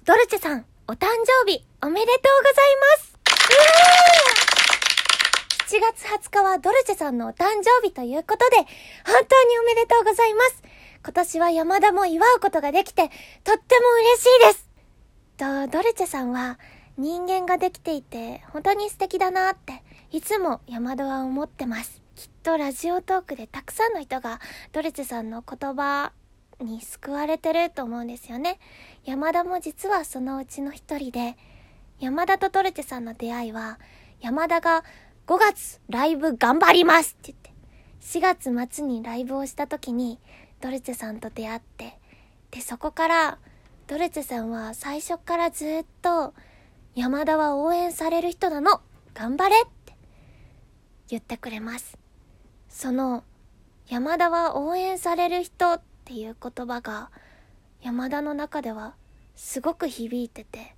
ドルチェさん、お誕生日おめでとうございます。7月20日はドルチェさんのお誕生日ということで、本当におめでとうございます。今年は山田も祝うことができて、とっても嬉しいです。ドルチェさんは人間ができていて、本当に素敵だなって、いつも山田は思ってます。きっとラジオトークでたくさんの人がドルチェさんの言葉に救われてると思うんですよね。山田も実はそのうちの一人で、山田とドルチェさんの出会いは、山田が5月ライブ頑張りますって言って、4月末にライブをした時にドルチェさんと出会って、でそこからドルチェさんは最初からずっと山田は応援される人なの、頑張れって言ってくれます。その山田は応援される人っていう言葉が山田の中ではすごく響いてて、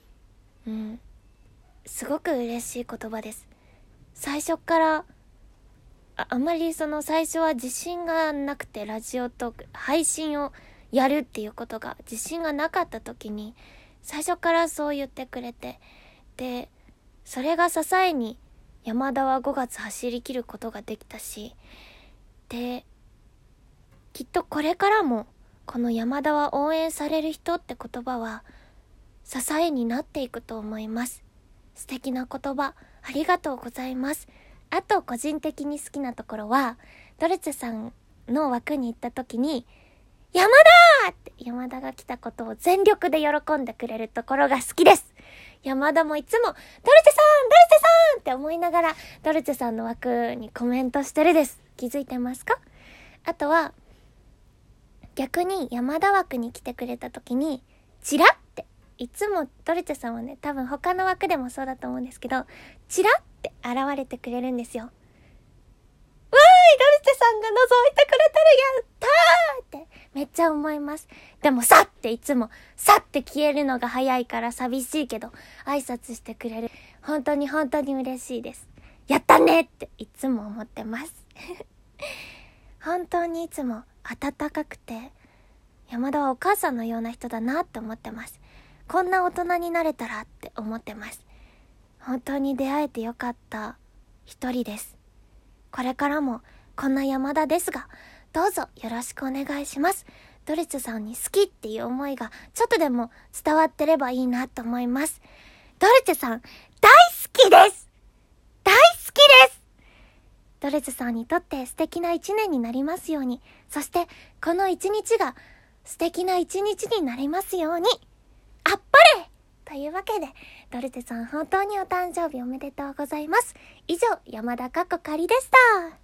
すごく嬉しい言葉です。最初からあんまり最初は自信がなくて、ラジオトーク配信をやるっていうことが自信がなかった時に最初からそう言ってくれて、でそれが支えに山田は5月走り切ることができたし、できっとこれからもこの山田は応援される人って言葉は支えになっていくと思います。素敵な言葉ありがとうございます。あと個人的に好きなところは、ドルチェさんの枠に行った時に山田って山田が来たことを全力で喜んでくれるところが好きです。山田もいつもドルチェさんドルチェさんって思いながらドルチェさんの枠にコメントしてるです。気づいてますか？あとは逆に山田枠に来てくれた時にチラっていつもドルチェさんはね、多分他の枠でもそうだと思うんですけど、チラって現れてくれるんですよ。わーい、ドルチェさんが覗いてくれてる、やったーってめっちゃ思います。でもさっていつもさって消えるのが早いから寂しいけど挨拶してくれる。本当に本当に嬉しいです。やったねっていつも思ってます本当にいつも温かくて、山田はお母さんのような人だなって思ってます。こんな大人になれたらって思ってます。本当に出会えてよかった一人です。これからもこんな山田ですが、どうぞよろしくお願いします。ドルチェさんに好きっていう思いがちょっとでも伝わってればいいなと思います。ドルチェさん大好きです。大好きです。ドルチェさんにとって素敵な一年になりますように、そしてこの一日が素敵な一日になりますように。あっぱれというわけで、ドルチェさん本当にお誕生日おめでとうございます。以上、山田かっこかりでした。